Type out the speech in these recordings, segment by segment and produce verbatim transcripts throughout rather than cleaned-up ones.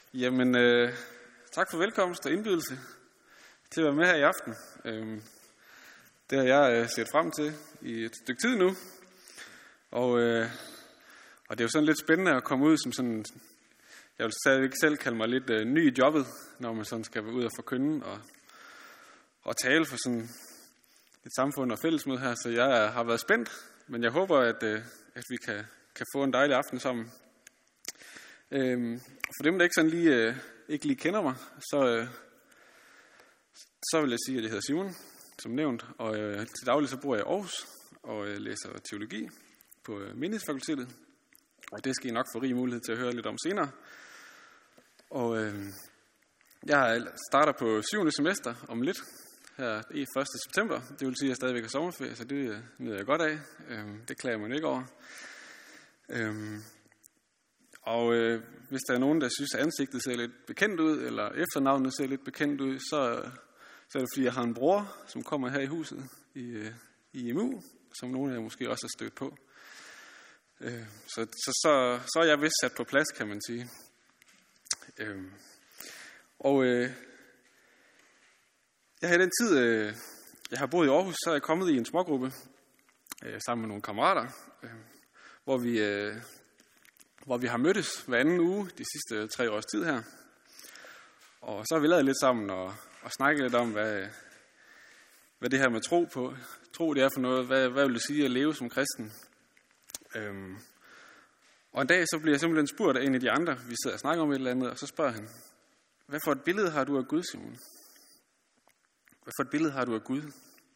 Jamen, øh, tak for velkomst og indbydelse til at være med her i aften. Øh, det har jeg øh, set frem til i et stykke tid nu. Og, øh, og det er jo sådan lidt spændende at komme ud som sådan, jeg vil stadigvæk selv kalde mig lidt øh, ny i jobbet, når man sådan skal ud og forkynde og, og tale for sådan et samfund og fællesmøde her. Så jeg har været spændt, men jeg håber, at, øh, at vi kan, kan få en dejlig aften sammen. Øhm, for dem, der ikke sådan lige, øh, ikke lige kender mig, så, øh, så vil jeg sige, at jeg hedder Simon, som nævnt, og øh, til daglig så bor jeg i Aarhus og øh, læser teologi på øh, Menighedsfakultetet, og det skal I nok få rig mulighed til at høre lidt om senere. Og øh, jeg starter på syvende semester om lidt, her i første september. Det vil sige, at jeg stadigvæk har sommerferie, så det nyder jeg godt af. Øh, det klager man ikke over. Øh, Og øh, hvis der er nogen, der synes, at ansigtet ser lidt bekendt ud, eller efternavnet ser lidt bekendt ud, så, så er det fordi, jeg har en bror, som kommer her i huset i, øh, i M U, som nogle af jer måske også har stødt på. Øh, så, så, så, så er jeg vist sat på plads, kan man sige. Øh, og øh, jeg har i den tid, øh, jeg har boet i Aarhus, så er jeg kommet i en smågruppe øh, sammen med nogle kammerater, øh, hvor vi... Øh, hvor vi har mødtes hver anden uge de sidste tre års tid her. Og så har vi lavet lidt sammen og, og snakket lidt om, hvad, hvad det her med tro på, tro det er for noget, hvad, hvad vil det sige at leve som kristen. Øhm, og en dag så bliver jeg simpelthen spurgt af en af de andre, vi sidder og snakker om et eller andet, og så spørger han, hvad for et billede har du af Gud, Simon? Hvad for et billede har du af Gud?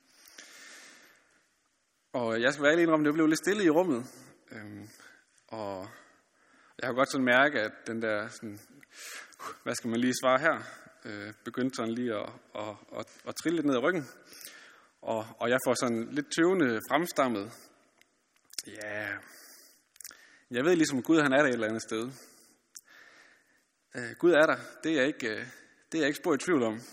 Og jeg skal være ærlig indrømme, det blev lidt stille i rummet. Øhm, og jeg har godt sådan mærke, at den der, sådan, hvad skal man lige svare her, øh, begyndte sådan lige at, at, at, at trille lidt ned ad ryggen. Og, og jeg får sådan lidt tøvende fremstammet. Ja, jeg ved ligesom, at Gud han er der et eller andet sted. Øh, Gud er der, det er jeg ikke, det er jeg ikke spor i tvivl om.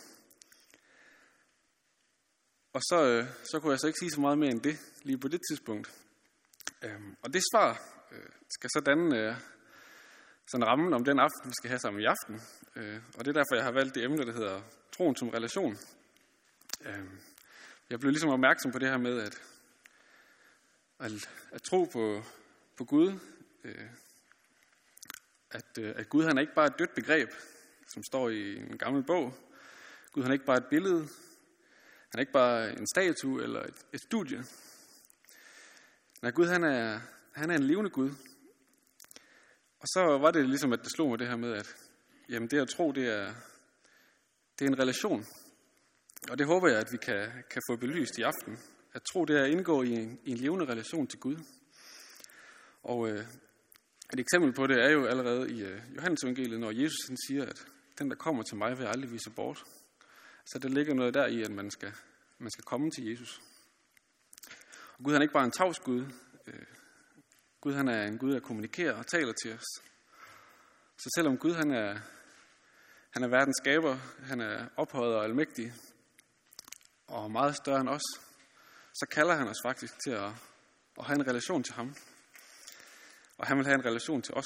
Og så, øh, så kunne jeg så ikke sige så meget mere end det, lige på det tidspunkt. Øh, og det svar øh, skal så danne... Øh, sådan rammen om den aften, vi skal have sammen i aften. Øh, og det er derfor, jeg har valgt det emne, der hedder troen som relation. Øh, jeg blev ligesom opmærksom på det her med, at, at, at tro på, på Gud, øh, at, at Gud han er ikke bare et dødt begreb, som står i en gammel bog. Gud han er ikke bare et billede. Han er ikke bare en statue eller et, et studie. Nej, Gud han er, han er en levende Gud. Og så var det ligesom, at det slog mig det her med, at jamen det at tro, det er, det er en relation. Og det håber jeg, at vi kan, kan få belyst i aften. At tro, det er at indgå i en, i en levende relation til Gud. Og øh, et eksempel på det er jo allerede i øh, Johannes evangeliet, når Jesus han siger, at den, der kommer til mig, vil jeg aldrig vise bort. Så der ligger noget der i, at man skal, man skal komme til Jesus. Og Gud han er ikke bare en tavs Gud. Øh, Gud han er en Gud, der kommunikerer og taler til os. Så selvom Gud han er, han er verdens skaber, han er ophøjet og almægtig, og meget større end os, så kalder han os faktisk til at, at have en relation til ham. Og han vil have en relation til os.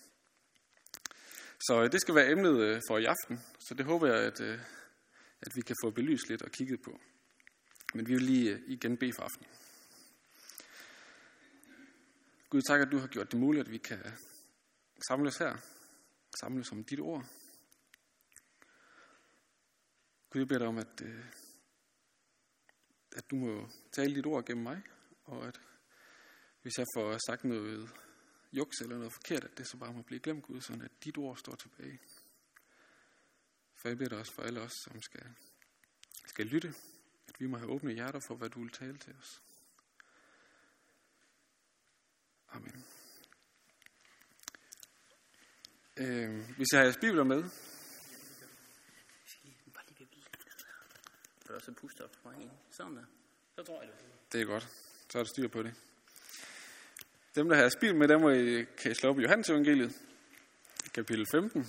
Så det skal være emnet for i aften, så det håber jeg, at, at vi kan få belyst lidt og kigget på. Men vi vil lige igen bede for aften. Gud, tak, at du har gjort det muligt, at vi kan samles her. Samles om dit ord. Gud, jeg beder dig om, at, at du må tale dit ord gennem mig. Og at hvis jeg får sagt noget juks eller noget forkert, at det så bare må blive glemt, Gud, sådan at dit ord står tilbage. For jeg beder dig også for alle os, som skal, skal lytte. At vi må have åbne hjerter for, hvad du vil tale til os. Amen. Øh, hvis jeg har jeres bibler med. Får du også puste op for en? Sådan der. Så tror jeg det. Det er godt. Så er der styr på det. Dem, der har jeres bibler med, dem må I, kan I slå op i Johannes evangeliet. Kapitel femten.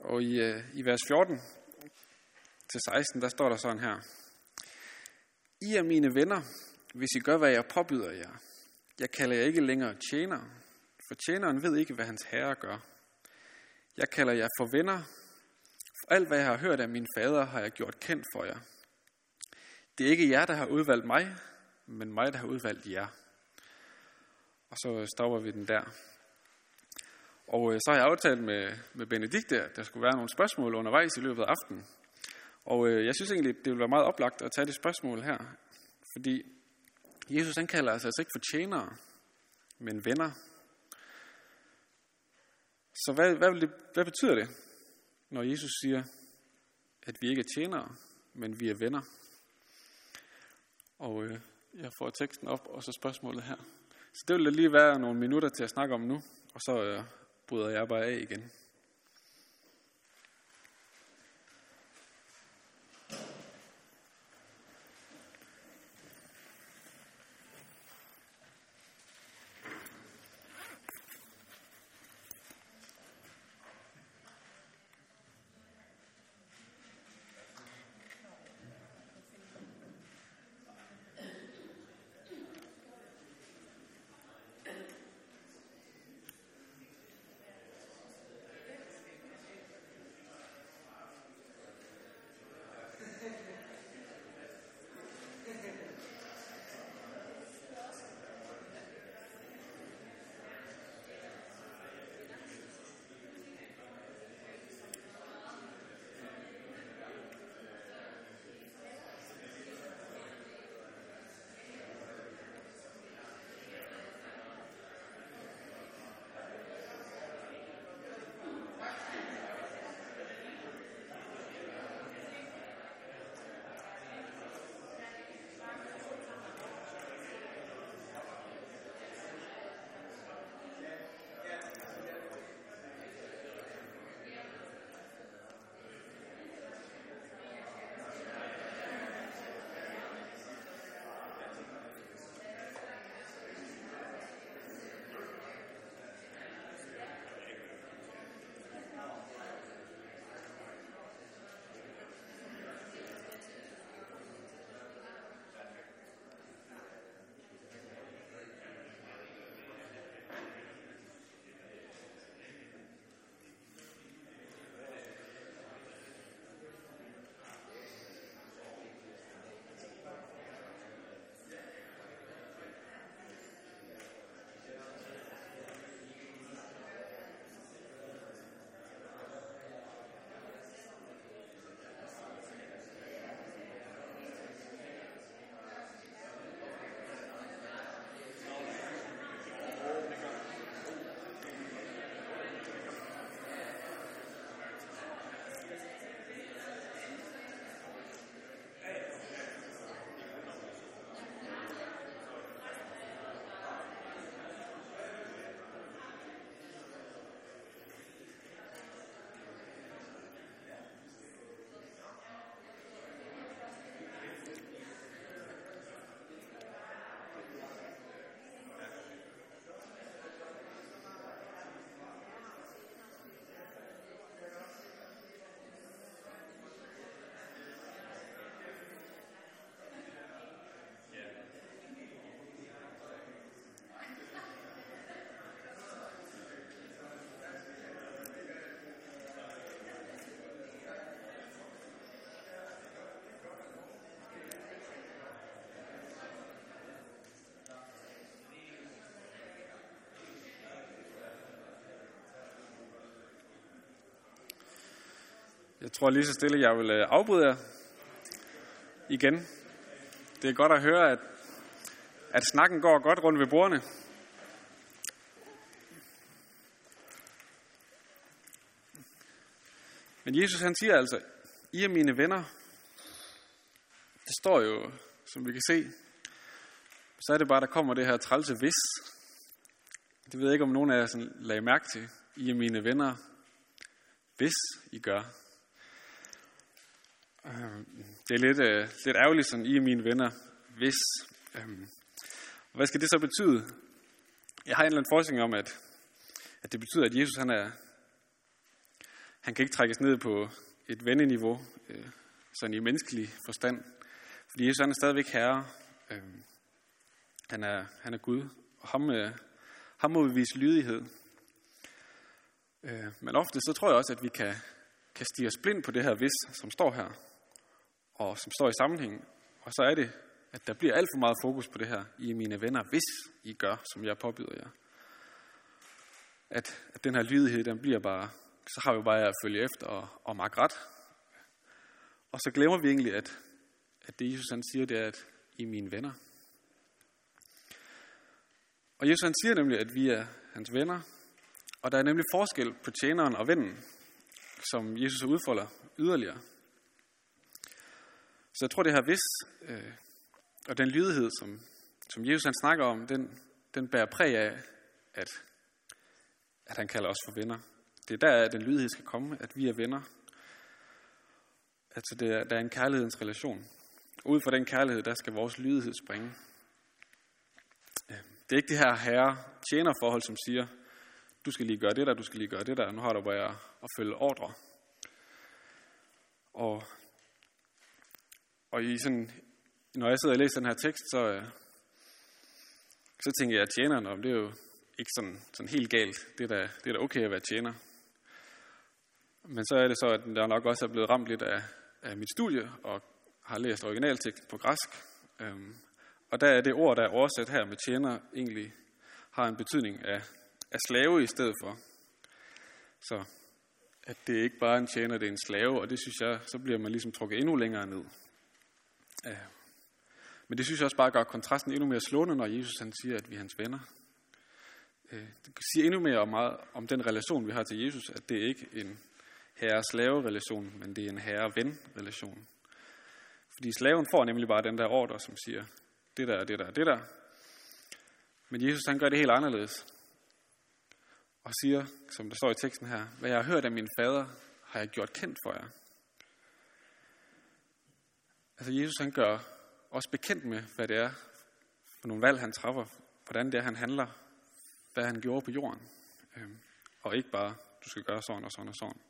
Og i, i vers fjorten til seksten, der står der sådan her. I er mine venner, hvis I gør, hvad jeg påbyder jer. Jeg kalder jer ikke længere tjenere, for tjeneren ved ikke, hvad hans herre gør. Jeg kalder jer for venner, for alt, hvad jeg har hørt af min fader, har jeg gjort kendt for jer. Det er ikke jer, der har udvalgt mig, men mig, der har udvalgt jer. Og så stopper vi den der. Og så har jeg aftalt med, med Benedikte, at der skulle være nogle spørgsmål undervejs i løbet af aftenen. Og øh, jeg synes egentlig, det ville være meget oplagt at tage det spørgsmål her. Fordi Jesus han kalder os altså ikke for tjenere, men venner. Så hvad, hvad, vil det, hvad betyder det, når Jesus siger, at vi ikke er tjenere, men vi er venner? Og øh, jeg får teksten op, og så spørgsmålet her. Så det vil der lige være nogle minutter til at snakke om nu, og så øh, bryder jeg bare af igen. Jeg tror lige så stille, jeg vil afbryde jer igen. Det er godt at høre, at, at snakken går godt rundt ved bordene. Men Jesus han siger altså, I er mine venner. Det står jo, som vi kan se, så er det bare, der kommer det her trælse hvis. Det ved jeg ikke, om nogen af jer sådan lagde mærke til. I er mine venner, hvis I gør. Det er lidt, uh, lidt ærgerligt, sådan, I er mine venner, hvis. Um, hvad skal det så betyde? Jeg har en eller anden forskning om, at, at det betyder, at Jesus han er, Han kan ikke trækkes ned på et venneniveau, øh, sådan i menneskelig forstand. Fordi Jesus han er stadigvæk herre. Øh, han, er, han er Gud, og ham, øh, ham må vi vise lydighed. Øh, men ofte så tror jeg også, at vi kan, kan stige os blind på det her hvis, som står her, og som står i sammenhæng. Og så er det, at der bliver alt for meget fokus på det her, I er mine venner, hvis I gør, som jeg påbyder jer. At, at den her lydighed, den bliver bare, så har vi bare at følge efter og, og makke ret. Og så glemmer vi egentlig, at, at det Jesus han siger, det er, at I er mine venner. Og Jesus han siger nemlig, at vi er hans venner, og der er nemlig forskel på tjeneren og vennen, som Jesus udfolder yderligere. Så jeg tror, det her hvis, øh, og den lydighed, som, som Jesus han snakker om, den, den bærer præg af, at, at han kalder os for venner. Det er der, at den lydighed skal komme, at vi er venner. Altså, det er, der er en kærlighedens relation. Ud fra den kærlighed, der skal vores lydighed springe. Det er ikke det her herre-tjener-forhold, som siger, du skal lige gøre det der, du skal lige gøre det der, nu har du bare at følge ordre. Og, og i sådan, når jeg sidder og læser den her tekst, så, så tænker jeg, at tjeneren, om det er jo ikke sådan, sådan helt galt. Det er, da, det er da okay at være tjener. Men så er det så, at der nok også er blevet ramt lidt af, af mit studie, og har læst originalteksten på græsk. Øhm, og der er det ord, der er oversat her med tjener, egentlig har en betydning af, af slave i stedet for. Så at det ikke bare er en tjener, det er en slave, og det synes jeg, så bliver man ligesom trukket endnu længere ned. Øh, men det synes jeg også bare gør kontrasten endnu mere slående, når Jesus han siger, at vi er hans venner. Øh, det siger endnu mere om, meget, om den relation, vi har til Jesus, at det er ikke en herre-slave-relation, men det er en herre-ven-relation. Fordi slaven får nemlig bare den der ordre, som siger, det der, det der, det der. Men Jesus han gør det helt anderledes. Og siger, som der står i teksten her, hvad jeg har hørt af min fader, har jeg gjort kendt for jer. Altså Jesus han gør os bekendt med, hvad det er for nogle valg han træffer, hvordan det er han handler, hvad han gjorde på jorden. Og ikke bare, du skal gøre sådan og sådan og sådan.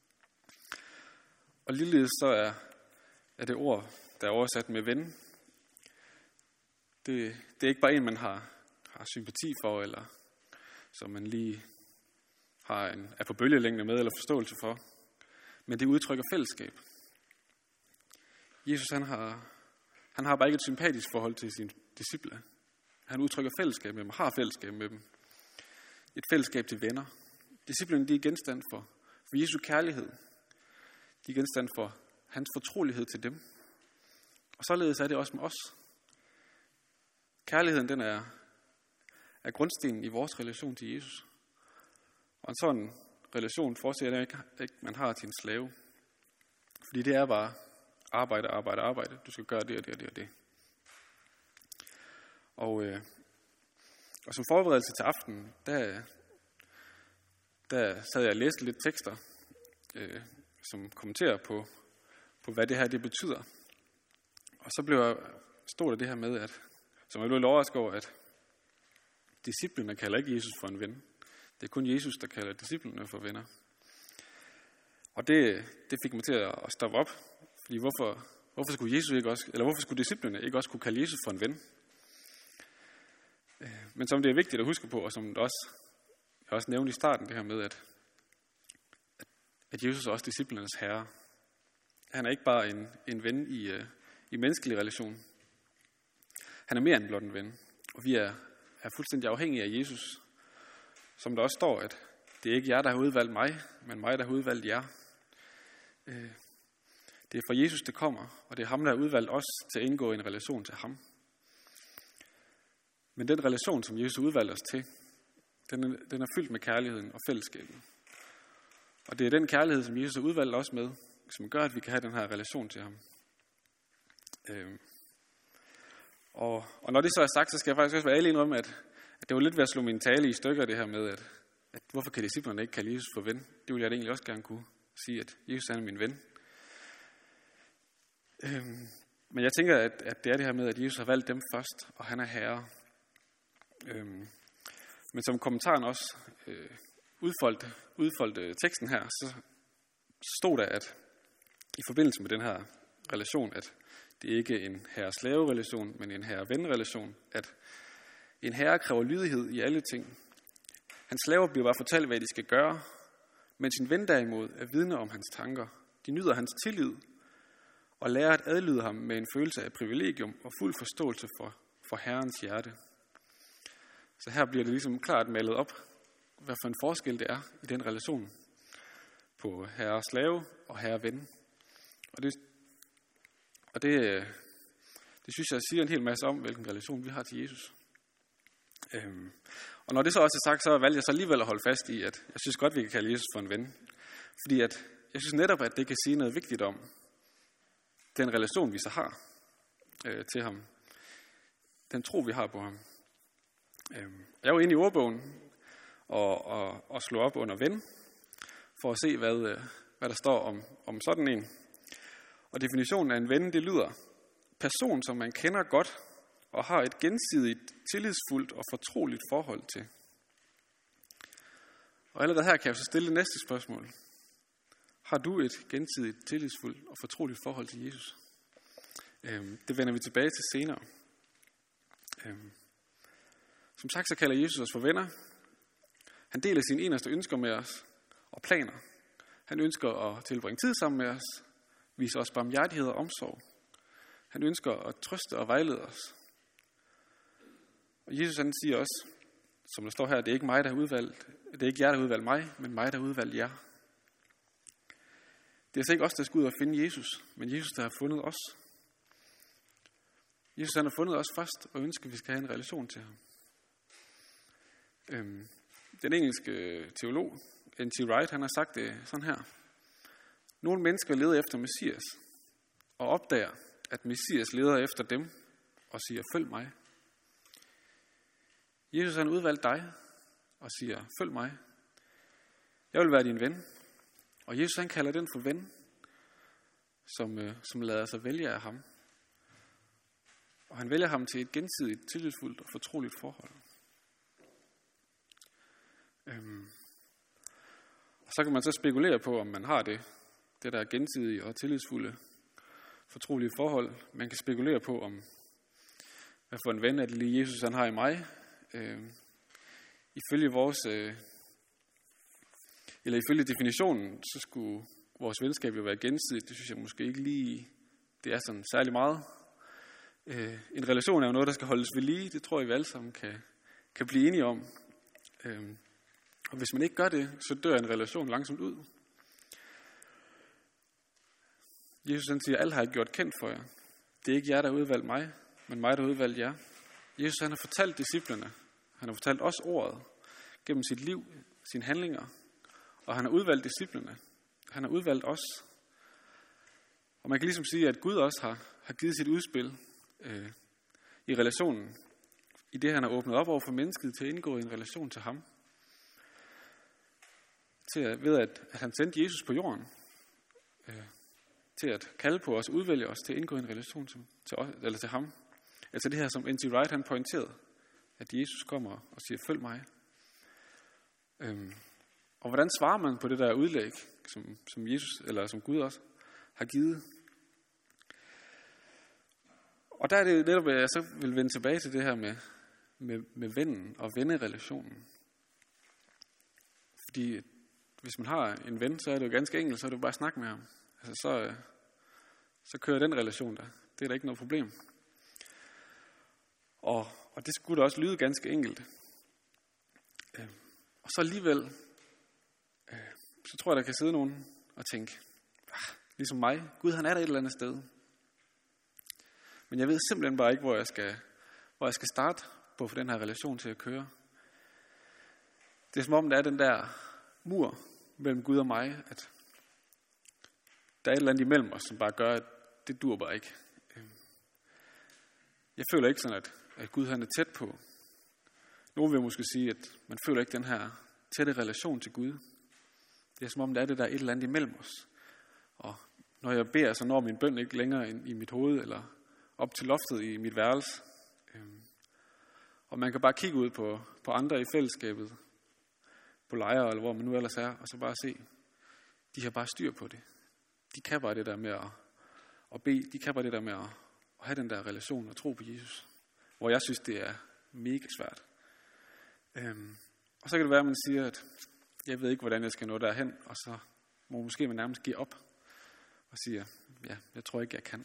Og ligeledes så er, er det ord, der er oversat med ven. Det, det er ikke bare en, man har, har sympati for, eller som man lige har en, er på bølgelængde med, eller forståelse for. Men det udtrykker fællesskab. Jesus han har, han har bare ikke et sympatisk forhold til sine disciple. Han udtrykker fællesskab med dem, har fællesskab med dem. Et fællesskab til venner. Disciplene de er genstand for, for Jesu kærlighed. De er genstand for hans fortrolighed til dem. Og således er det også med os. Kærligheden den er, er grundstenen i vores relation til Jesus. Og en sådan relation forestiller jeg ikke, ikke, man har til en slave. Fordi det er bare arbejde, arbejde, arbejde. Du skal gøre det og det og det og det. Og, øh, og som forberedelse til aftenen, der, der sad jeg og læste lidt tekster, øh, som kommenterer på, på, hvad det her det betyder. Og så blev jeg, stod der det her med, at, som jeg blev overrasket over, at disciplene kalder ikke Jesus for en ven. Det er kun Jesus, der kalder disciplene for venner. Og det, det fik mig til at stoppe op. Fordi hvorfor, hvorfor skulle Jesus ikke også, eller hvorfor skulle disciplene ikke også kunne kalde Jesus for en ven? Men som det er vigtigt at huske på, og som det også, jeg også nævnte i starten, det her med, at, at, at Jesus er også disciplernes herre. Han er ikke bare en, en ven i, uh, i menneskelig relation. Han er mere end blot en ven. Og vi er, er fuldstændig afhængige af Jesus. Som der også står, at det er ikke jer, der har udvalgt mig, men mig, der har udvalgt jer. Uh, det er fra Jesus, det kommer, og det er ham, der har udvalgt os til at indgå i en relation til ham. Men den relation, som Jesus udvalgte os til, den er, den er fyldt med kærligheden og fællesskabet. Og det er den kærlighed, som Jesus har udvalgt os med, som gør, at vi kan have den her relation til ham. Øhm. Og, og når det så er sagt, så skal jeg faktisk også være ærlig indrømme, at, at det var lidt ved at slå min tale i stykker, det her med, at, at hvorfor kan disciplerne ikke kalde Jesus for ven? Det ville jeg da egentlig også gerne kunne sige, at Jesus er min ven. Øhm. Men jeg tænker, at, at det er det her med, at Jesus har valgt dem først, og han er herre. Øhm, men som kommentaren også øh, udfoldt, udfoldt teksten her, så, så stod der, at i forbindelse med den her relation, at det ikke er en herre-slave-relation, men en herre-ven-relation, at en herre kræver lydighed i alle ting. Hans slaver bliver bare fortalt, hvad de skal gøre, mens sin ven derimod er vidne om hans tanker. De nyder hans tillid og lærer at adlyde ham med en følelse af privilegium og fuld forståelse for, for herrens hjerte. Så her bliver det ligesom klart malet op, hvad for en forskel det er i den relation på herre-slave og herre-ven. Og det, og det, det synes jeg siger en hel masse om, hvilken relation vi har til Jesus. Øhm, og når det så også er sagt, så valgte jeg så alligevel at holde fast i, at jeg synes godt, vi kan kalde Jesus for en ven. Fordi at jeg synes netop, at det kan sige noget vigtigt om den relation, vi så har øh, til ham. Den tro, vi har på ham. Øhm, jeg var inde i ordbogen og, og, og slog op under ven, for at se, hvad, øh, hvad der står om, om sådan en. Og definitionen af en ven, det lyder: person, som man kender godt og har et gensidigt, tillidsfuldt og fortroligt forhold til. Og allerede her kan jeg så stille det næste spørgsmål. Har du et gensidigt, tillidsfuldt og fortroligt forhold til Jesus? Øhm, det vender vi tilbage til senere. Øhm, som sagt, så kalder Jesus os for venner. Han deler sine eneste ønsker med os og planer. Han ønsker at tilbringe tid sammen med os, vise os barmhjertighed og omsorg. Han ønsker at trøste og vejlede os. Og Jesus han siger også, som der står her, det er ikke mig, der har udvalgt, det er ikke jer, der har udvalgt mig, men mig, der har udvalgt jer. Det er altså ikke os, der skal ud og finde Jesus, men Jesus, der har fundet os. Jesus han har fundet os først, og ønsker, at vi skal have en relation til ham. Øhm, den engelske teolog, N T Wright, han har sagt det sådan her. Nogle mennesker leder efter Messias, og opdager, at Messias leder efter dem, og siger, følg mig. Jesus han udvalgt dig, og siger, følg mig. Jeg vil være din ven. Og Jesus han kalder den for ven, som, øh, som lader sig vælge af ham. Og han vælger ham til et gensidigt, tillidsfuldt og fortroligt forhold. Øhm. Og så kan man så spekulere på, om man har det, det der gensidige og tillidsfulde, fortrolige forhold. Man kan spekulere på, om hvad for en ven er det lige Jesus han har i mig. Øhm. Ifølge vores, øh, eller ifølge definitionen, så skulle vores venskab jo være gensidigt. Det synes jeg måske ikke lige, det er sådan særlig meget. Øh, en relation er jo noget, der skal holdes ved lige. Det tror jeg, vi alle sammen kan, kan blive enige om. Øh, og hvis man ikke gør det, så dør en relation langsomt ud. Jesus han siger, alt har jeg gjort kendt for jer. Det er ikke jer, der har udvalgt mig, men mig, der har udvalgt jer. Jesus han har fortalt disciplene, han har fortalt os ordet, gennem sit liv, sine handlinger, og han har udvalgt disciplene. Han har udvalgt os. Og man kan ligesom sige, at Gud også har, har givet sit udspil øh, i relationen, i det han har åbnet op over for mennesket til at indgå i en relation til ham. Til at, ved at, at han sendte Jesus på jorden, øh, til at kalde på os, udvælge os til at indgå i en relation til, til, os, eller til ham. Altså det her, som N T Wright han pointerede, at Jesus kommer og siger, følg mig. Øhm, og hvordan svarer man på det der udlæg, som, som Jesus, eller som Gud også har givet? Og der er det netop, at jeg så vil vende tilbage til det her med, med, med vennen og vennerelationen. Fordi hvis man har en ven, så er det jo ganske enkelt, så er det jo bare at snakke med ham. Altså så, så kører den relation der. Det er da ikke noget problem. Og, og det skulle da også lyde ganske enkelt. Øh, og så alligevel, øh, så tror jeg, der kan sidde nogen og tænke, ah, ligesom mig, Gud han er der et eller andet sted. Men jeg ved simpelthen bare ikke, hvor jeg skal, hvor jeg skal starte på for den her relation til at køre. Det er som om, der er den der mur mellem Gud og mig, at der er et eller andet imellem os, som bare gør, at det dur bare ikke. Jeg føler ikke sådan, at, at Gud han er tæt på. Nogen vil måske sige, at man føler ikke den her tætte relation til Gud. Det er som om, der er det der et eller andet imellem os. Og når jeg beder, så når min bøn ikke længere ind i mit hoved, eller op til loftet i mit værelse. Og man kan bare kigge ud på, på andre i fællesskabet, på lejre, eller hvor man nu ellers er, og så bare se, de har bare styr på det. De kan bare det der med at, at bede, de kan bare det der med at, at have den der relation og tro på Jesus. Hvor jeg synes, det er mega svært. Øhm, og så kan det være, at man siger, at jeg ved ikke, hvordan jeg skal nå derhen, og så må måske man nærmest give op og siger, ja, jeg tror ikke, jeg kan.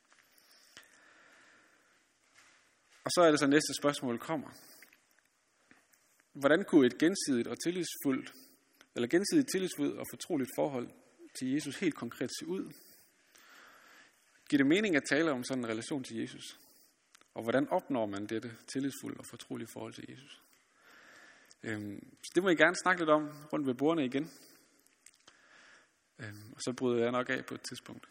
Og så er det så næste spørgsmål kommer. Hvordan kunne et gensidigt og tillidsfuldt, eller gensidigt tillidsfuldt og fortroligt forhold til Jesus helt konkret se ud? Giver det mening at tale om sådan en relation til Jesus? Og hvordan opnår man dette tillidsfulde og fortrolige forhold til Jesus? Øhm, så det må I gerne snakke lidt om rundt ved bordene igen. Øhm, og så bryder jeg nok af på et tidspunkt.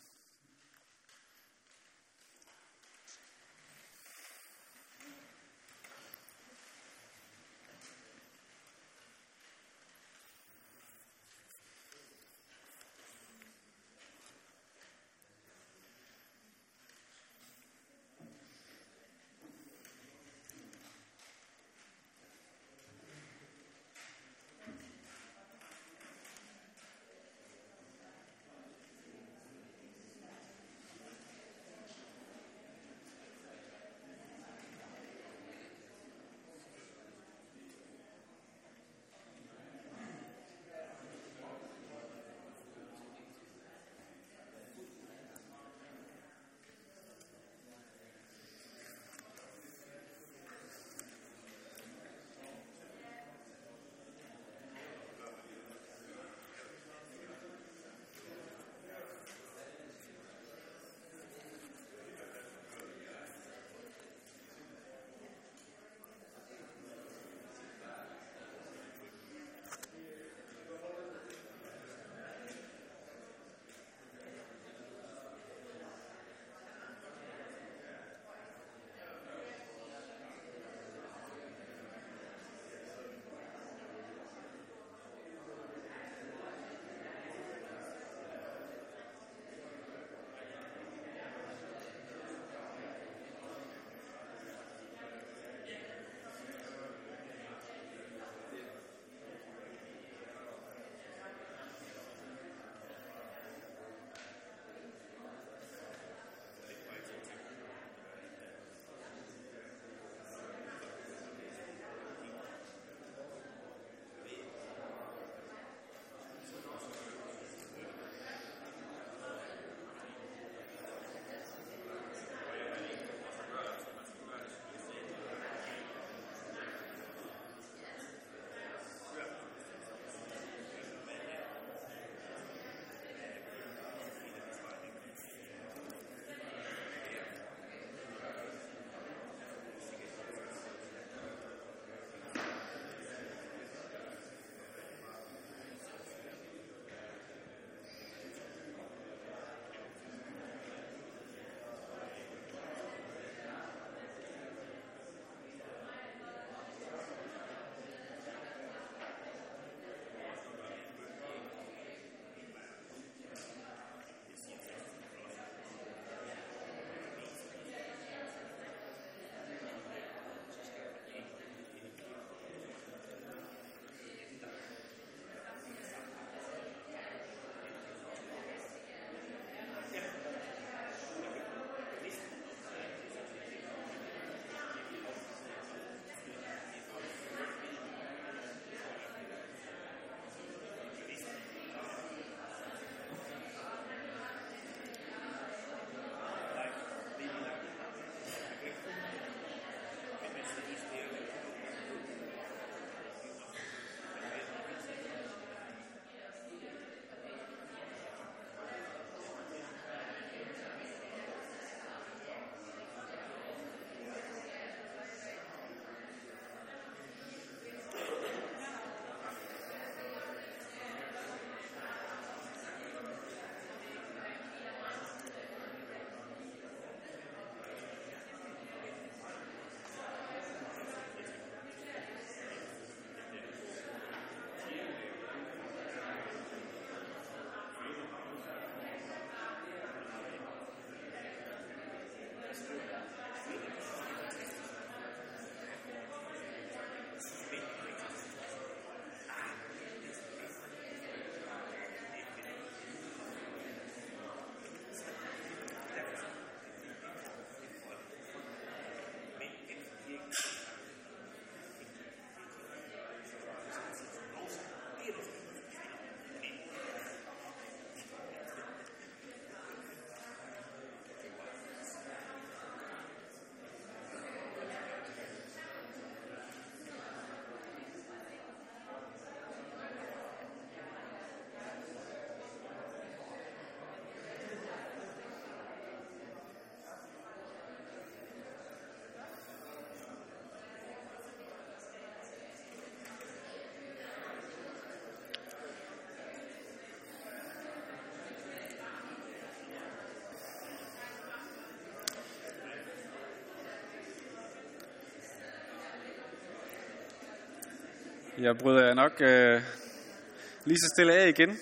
Jeg bryder jeg nok øh, lige så stille af igen.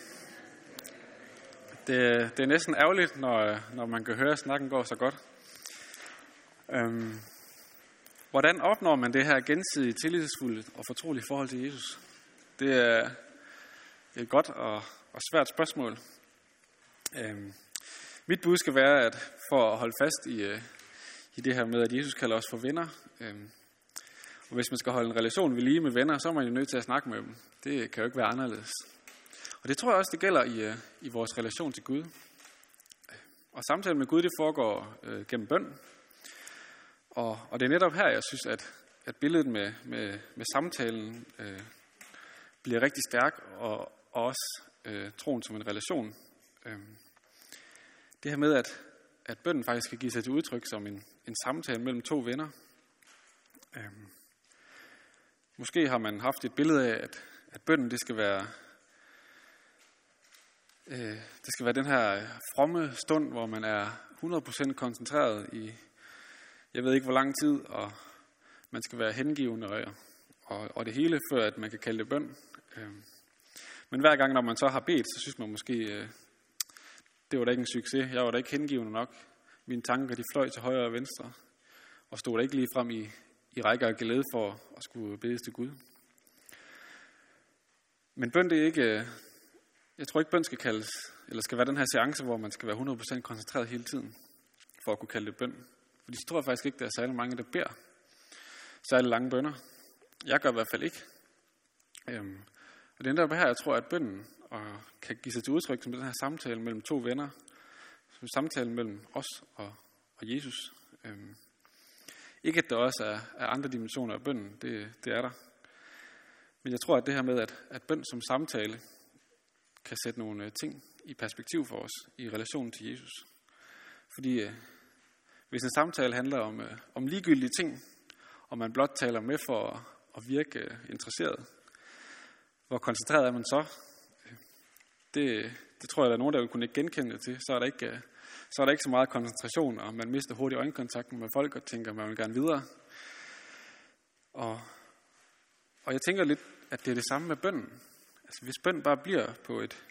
Det, det er næsten ærgerligt, når, når man kan høre, at snakken går så godt. Øhm, hvordan opnår man det her gensidige, tillidsfulde og fortrolige forhold til Jesus? Det er et godt og, og svært spørgsmål. Øhm, mit bud skal være, at for at holde fast i, øh, i det her med, at Jesus kalder os for venner, øhm, og hvis man skal holde en relation ved lige med venner, så er man jo nødt til at snakke med dem. Det kan jo ikke være anderledes. Og det tror jeg også, det gælder i, i vores relation til Gud. Og samtalen med Gud, det foregår øh, gennem bøn. Og, og det er netop her, jeg synes, at, at billedet med, med, med samtalen øh, bliver rigtig stærk, og, og også øh, troen som en relation. Øh, det her med, at, at bønnen faktisk kan give sig til udtryk som en, en samtale mellem to venner. Øh, måske har man haft et billede af, at, at bønnen, det skal være Det skal være den her fromme stund, hvor man er hundrede procent koncentreret i, jeg ved ikke hvor lang tid, og man skal være hengivende og, og, og det hele, før at man kan kalde det bøn. Men hver gang, når man så har bedt, så synes man måske, det var da ikke en succes. Jeg var da ikke hengivende nok. Mine tanker, de fløj til højre og venstre, og stod da ikke lige frem i, i rækker og glæde for at skulle bedes til Gud. Men bøn, det er ikke... Jeg tror ikke, bøn skal kaldes, eller skal være den her seance, hvor man skal være hundrede procent koncentreret hele tiden, for at kunne kalde det bøn. Fordi så tror jeg faktisk ikke, der er særlig mange, der beder særlig lange bønner. Jeg gør i hvert fald ikke. Øhm, og det er der her, jeg tror, at bønnen og kan give sig til udtryk som den her samtale mellem to venner, som samtalen mellem os og, og Jesus. Øhm, ikke at der også er, er andre dimensioner af bønnen, det, det er der. Men jeg tror, at det her med, at, at bøn som samtale, kan sætte nogle ting i perspektiv for os i relation til Jesus. Fordi øh, hvis en samtale handler om, øh, om ligegyldige ting, og man blot taler med for at, at virke øh, interesseret, hvor koncentreret er man så? Det, det tror jeg, der er nogen, der vil kunne ikke genkende det til. Så er, der ikke, øh, så er der ikke så meget koncentration, og man mister hurtigt øjenkontakten med folk og tænker, man vil gerne videre. Og, og jeg tænker lidt, at det er det samme med bønnen. Altså, hvis bøn bare bliver på et,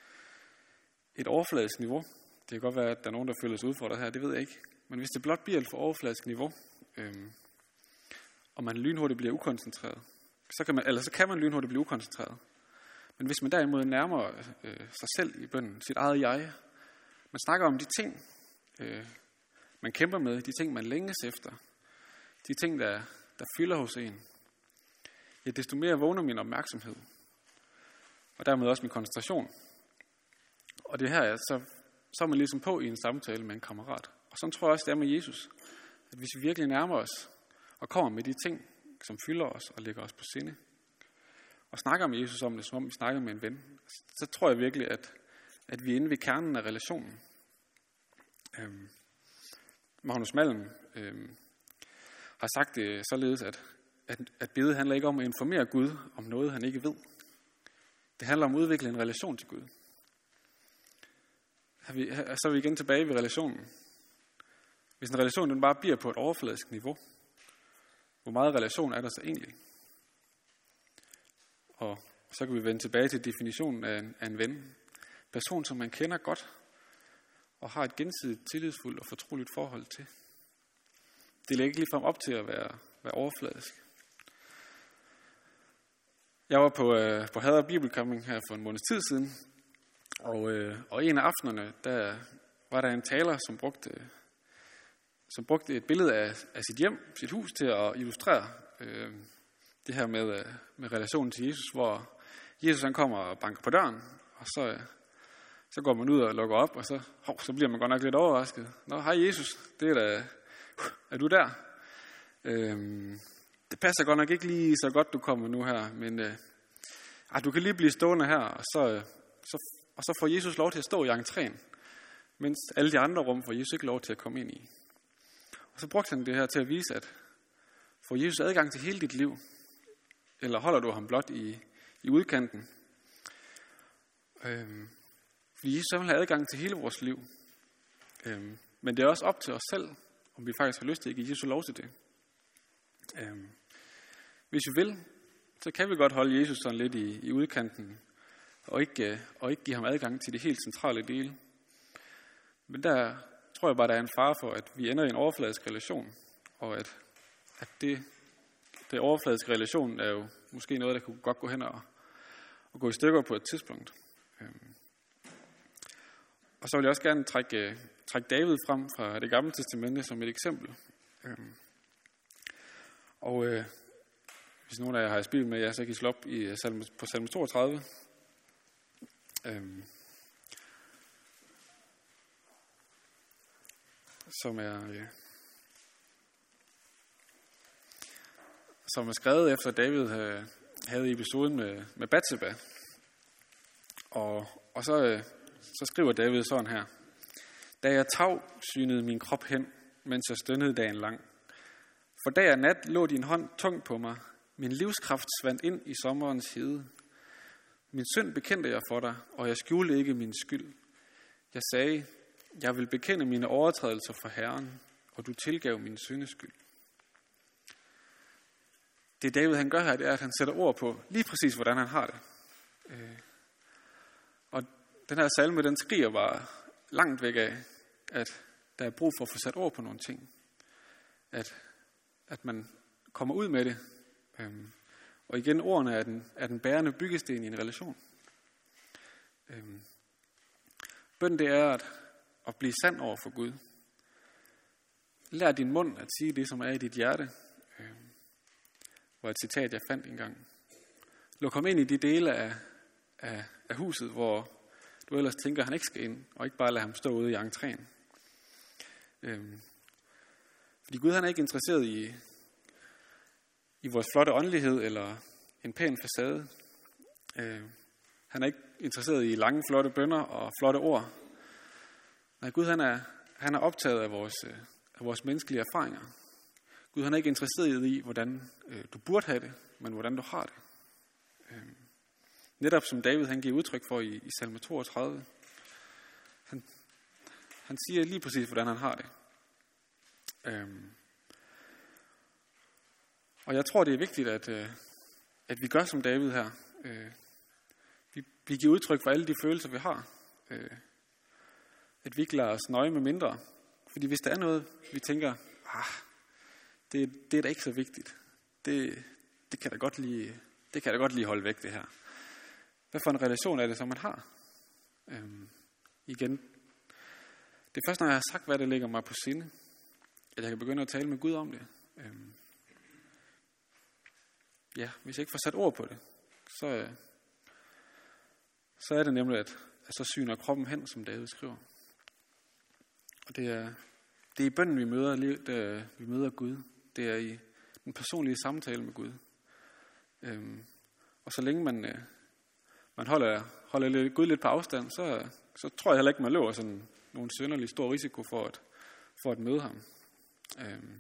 et overfladisk niveau, det kan godt være, at der er nogen, der føler sig udfordret her, det ved jeg ikke. Men hvis det blot bliver et for overfladisk niveau, øhm, og man lynhurtigt bliver ukoncentreret, så kan man, eller så kan man lynhurtigt blive ukoncentreret. Men hvis man derimod nærmer øh, sig selv i bønnen, sit eget jeg, man snakker om de ting, øh, man kæmper med, de ting, man længes efter, de ting, der, der fylder hos en, ja, desto mere vågner min opmærksomhed. Og dermed også min koncentration. Og det her, ja, så, så er man ligesom på i en samtale med en kammerat. Og sådan tror jeg også, det er med Jesus. At hvis vi virkelig nærmer os, og kommer med de ting, som fylder os og lægger os på sinde, og snakker med Jesus om det, som om vi snakker med en ven, så tror jeg virkelig, at, at vi er inde ved kernen af relationen. Øhm, Magnus Malm øhm, har sagt det således, at, at, at bede handler ikke om at informere Gud om noget, han ikke ved. Det handler om at udvikle en relation til Gud. Så er vi igen tilbage ved relationen. Hvis en relation den bare bliver på et overfladisk niveau, hvor meget relation er der så egentlig? Og så kan vi vende tilbage til definitionen af en, af en ven. Person, som man kender godt, og har et gensidigt tillidsfuldt og fortroligt forhold til. Det lægger ikke ligefrem op til at være, være overfladisk. Jeg var på, øh, på Hader Bibelcamping her for en måneds tid siden, og, øh, og en af aftenerne, der var der en taler, som brugte, som brugte et billede af, af sit hjem, sit hus, til at illustrere øh, det her med, øh, med relationen til Jesus, hvor Jesus han kommer og banker på døren, og så, øh, så går man ud og lukker op, og så, hov, så bliver man godt nok lidt overrasket. Nå, hej Jesus, det er da, er du der? Øh, Det passer godt nok ikke lige så godt, du kommer nu her, men øh, ah, du kan lige blive stående her, og så, øh, så, og så får Jesus lov til at stå i entréen, mens alle de andre rum får Jesus ikke lov til at komme ind i. Og så brugte han det her til at vise, at får Jesus adgang til hele dit liv, eller holder du ham blot i, i udkanten? Øhm, fordi Jesus vil have adgang til hele vores liv. Øhm, men det er også op til os selv, om vi faktisk har lyst til at give Jesus lov til det. Øhm, hvis vi vil, så kan vi godt holde Jesus sådan lidt i, i udkanten, og ikke, og ikke give ham adgang til de helt centrale dele. Men der tror jeg bare, der er en fare for, at vi ender i en overfladisk relation, og at, at det, det overfladiske relation er jo måske noget, der kunne godt gå hen og, og gå i stykker på et tidspunkt. Øhm. Og så vil jeg også gerne trække, trække David frem fra Det Gamle Testamente som et eksempel. Øhm. Og øh, hvis nogen af jer har et spil med jer, så kan I slå op i salme, på salme toogtredive. Øhm. Som er, øh, som er skrevet efter David havde, havde episoden med, med Batseba. Og, og så, øh, så skriver David sådan her. Da jeg tav, synede min krop hen, mens jeg stønnede dagen lang. For dag og nat lå din hånd tung på mig. Min livskraft svandt ind i sommerens hede. Min synd bekendte jeg for dig, og jeg skjulte ikke min skyld. Jeg sagde, jeg vil bekende mine overtrædelser for Herren, og du tilgav min syndeskyld. Det David han gør her, det er, at han sætter ord på lige præcis, hvordan han har det. Øh, og den her salme, den skriger bare langt væk af, at der er brug for at få sat ord på nogle ting. At, at man kommer ud med det. Øh, og igen, ordene er den, er den bærende byggesten i en relation. Øh, bøn det er at, at blive sand over for Gud. Lær din mund at sige det, som er i dit hjerte. Øh, var et citat, jeg fandt engang. Luk ham ind i de dele af, af, af huset, hvor du ellers tænker, at han ikke skal ind, og ikke bare lade ham stå ude i entréen. Øhm, fordi Gud han er ikke interesseret i, i vores flotte åndelighed, eller en pæn facade. Øhm, han er ikke interesseret i lange, flotte bønner og flotte ord. Nej, Gud han er, han er optaget af vores, af vores menneskelige erfaringer. Gud han er ikke interesseret i, hvordan øh, du burde have det, men hvordan du har det. Øh, netop som David han giver udtryk for i, i salme toogtredive. Han, han siger lige præcis, hvordan han har det. Øh, og jeg tror, det er vigtigt, at, øh, at vi gør som David her. Øh, vi, vi giver udtryk for alle de følelser, vi har. Øh, at vi ikke lader os nøje med mindre. Fordi hvis der er noget, vi tænker, ah, Det, det er da ikke så vigtigt. Det, det kan da godt lige, det kan da godt lige holde væk, det her. Hvad for en relation er det, som man har? Øhm, igen. Det er først, når jeg har sagt, hvad der ligger mig på sinde, at jeg kan begynde at tale med Gud om det. Øhm, ja, hvis jeg ikke får sat ord på det, så, så er det nemlig, at, at så syner kroppen hen, som David skriver. Og det er, det er i bønnen, vi møder, det, vi møder Gud. Det er i den personlige samtale med Gud. Øhm, og så længe man, øh, man holder, holder lidt, Gud lidt på afstand, så, så tror jeg heller ikke, man løber sådan nogen synderlig stor risiko for at, for at møde ham. Øhm,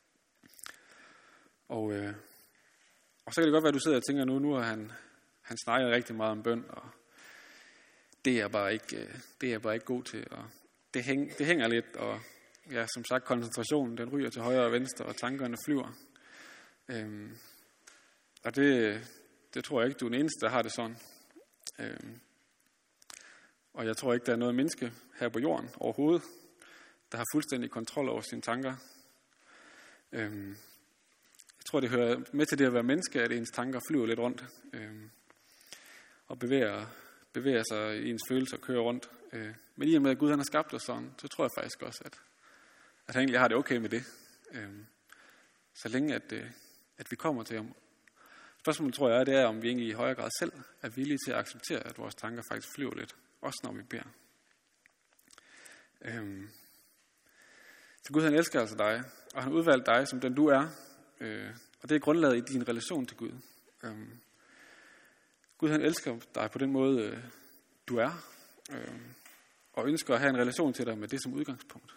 og, øh, og så kan det godt være, at du sidder og tænker nu, nu er han, han snakker rigtig meget om bøn, og det er jeg bare ikke, det er jeg bare ikke god til. Og det, hæng, det hænger lidt, og ja, som sagt, koncentrationen, den ryger til højre og venstre, og tankerne flyver. Øhm, og det, det tror jeg ikke, du er den eneste, der har det sådan. Øhm, og jeg tror ikke, der er noget menneske her på jorden overhovedet, der har fuldstændig kontrol over sine tanker. Øhm, jeg tror, det hører med til det at være menneske, at ens tanker flyver lidt rundt, øhm, og bevæger, bevæger sig i ens følelser og kører rundt. Øh, men i og med, at Gud han har skabt os sådan, så tror jeg faktisk også, at at han egentlig har det okay med det. Øhm, så længe, at, øh, at vi kommer til ham. Spørgsmålet, tror jeg, det er, om vi egentlig i højere grad selv er villige til at acceptere, at vores tanker faktisk flyver lidt. Også når vi beder. Øhm, så Gud, han elsker altså dig, og han har udvalgt dig, som den du er. Øh, og det er grundlaget i din relation til Gud. Øhm, Gud, han elsker dig på den måde, øh, du er. Øh, og ønsker at have en relation til dig med det som udgangspunkt.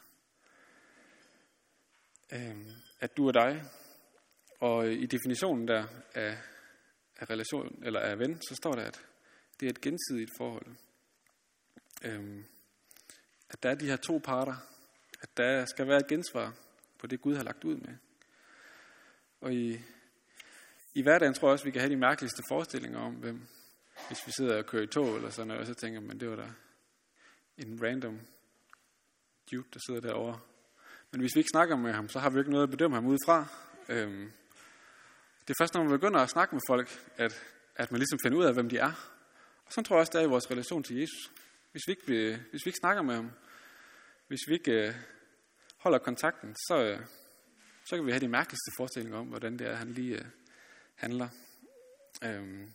At du er dig, og i definitionen der af, af relation eller af ven, så står der, at det er et gensidigt forhold. Øhm, at der er de her to parter, at der skal være et gensvar på det Gud har lagt ud med. Og i, I hverdagen tror jeg også, vi kan have de mærkeligste forestillinger om, hvem, hvis vi sidder og kører i tog eller sådan noget, og så tænker man, det var da en random dude, der sidder derovre. Men hvis vi ikke snakker med ham, så har vi ikke noget at bedømme ham udefra. Øhm, det er først, når man begynder at snakke med folk, at, at man ligesom finder ud af, hvem de er. Og sådan tror jeg også, det er i vores relation til Jesus. Hvis vi ikke, hvis vi ikke snakker med ham, hvis vi ikke øh, holder kontakten, så, øh, så kan vi have de mærkeligste forestillinger om, hvordan det er, han lige øh, handler. Øhm,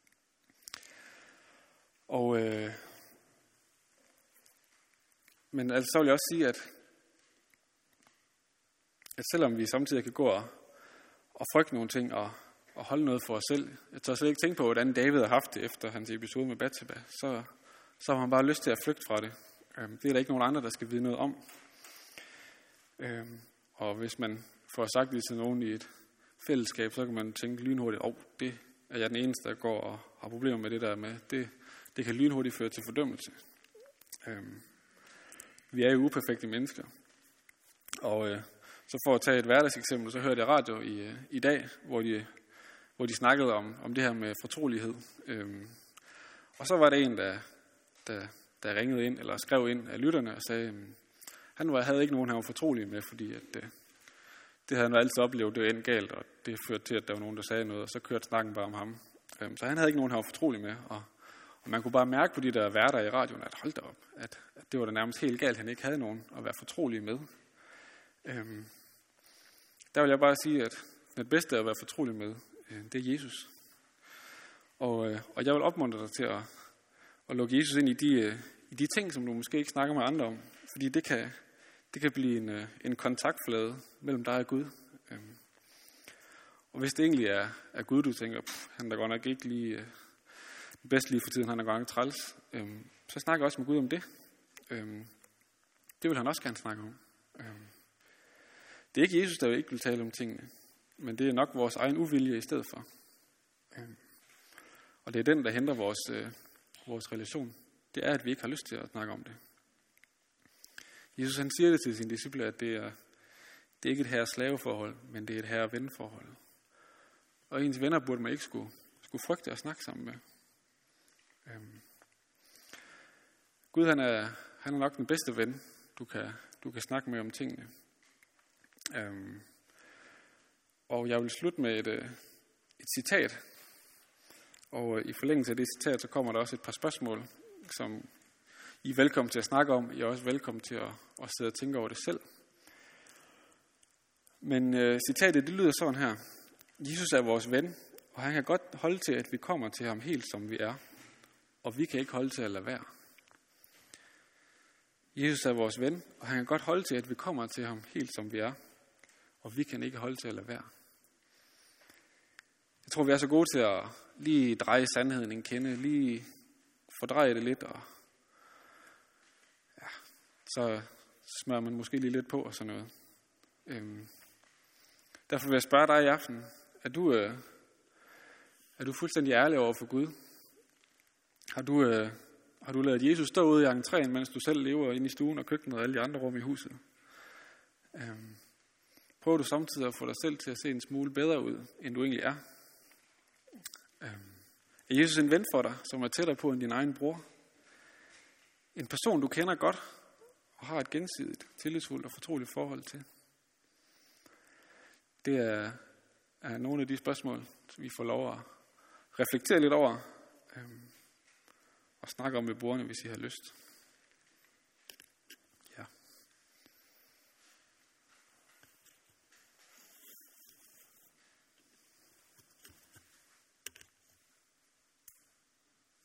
og øh, men altså, så vil jeg også sige, at, at selvom vi samtidig kan gå og, og frygte nogle ting og, og holde noget for os selv, jeg tør slet ikke tænke på, hvordan David har haft det efter hans episode med Batseba, så, så har han bare lyst til at flygte fra det. Øhm, det er der ikke nogen andre, der skal vide noget om. Øhm, og hvis man får sagt det til nogen i et fællesskab, så kan man tænke lynhurtigt, åh, oh, det er jeg den eneste, der går og har problemer med det der med. Det, det kan lynhurtigt føre til fordømmelse. Øhm, vi er jo uperfekte mennesker. Og øh, så for at tage et hverdagseksempel, så hørte jeg radio i, øh, i dag, hvor de, hvor de snakkede om, om det her med fortrolighed. Øhm, og så var der en, der, der, der ringede ind, eller skrev ind af lytterne og sagde, øhm, han var, havde ikke nogen, han var fortrolig med, fordi at, øh, det havde han altid oplevet, det var endt galt, og det førte til, at der var nogen, der sagde noget, og så kørte snakken bare om ham. Øhm, så han havde ikke nogen, han var fortrolig med, og, og man kunne bare mærke på de der værter i radioen, at hold da op, at, at det var da nærmest helt galt, han ikke havde nogen at være fortrolig med. Øhm, der vil jeg bare sige, at det bedste at være fortrolig med, øh, det er Jesus. Og, øh, og jeg vil opmuntre dig til at, at lukke Jesus ind i de, øh, i de ting, som du måske ikke snakker med andre om. Fordi det kan, det kan blive en, øh, en kontaktflade mellem dig og Gud. Øhm, og hvis det egentlig er, er Gud, du tænker, pff, han er godt nok ikke lige øh, den bedste lige for tiden, han er godt nok træls, øhm, så snak også med Gud om det. Øhm, det vil han også gerne snakke om. Øhm, det er ikke Jesus, der ikke vil tale om tingene, men det er nok vores egen uvilje i stedet for. Øhm, og det er den, der hindrer vores, øh, vores relation. Det er, at vi ikke har lyst til at snakke om det. Jesus han siger det til sine disciple, at det er, det er ikke et herre-slaveforhold, men det er et herre-ven-forhold. Og ens venner burde man ikke skulle, skulle frygte at snakke sammen med. Øhm. Gud han er, han er nok den bedste ven, du kan, du kan snakke med om tingene. Øhm. Og jeg vil slutte med et, et citat. Og i forlængelse af det citat, så kommer der også et par spørgsmål, som I er velkommen til at snakke om. I er også velkommen til at, at sidde og tænke over det selv. Men øh, citatet, det lyder sådan her. Jesus er vores ven, og han kan godt holde til, at vi kommer til ham helt som vi er. Og vi kan ikke holde til at lade være. Jesus er vores ven, og han kan godt holde til, at vi kommer til ham helt som vi er. Og vi kan ikke holde til at lade være. Jeg tror, vi er så gode til at lige dreje sandheden en kende, lige fordreje det lidt, og ja, så smører man måske lige lidt på og sådan noget. Øhm, derfor vil jeg spørge dig i aften, er du, øh, er du fuldstændig ærlig over for Gud? Har du, øh, har du ladet Jesus stå ude i entréen, mens du selv lever inde i stuen og køkkenet og alle de andre rum i huset? Øhm, prøver du samtidig at få dig selv til at se en smule bedre ud, end du egentlig er? Øhm, er Jesus en ven for dig, som er tættere på end din egen bror? En person, du kender godt og har et gensidigt, tillidsfuldt og fortroligt forhold til? Det er, er nogle af de spørgsmål, som vi får lov at reflektere lidt over øhm, og snakke om ved bordene, hvis I har lyst.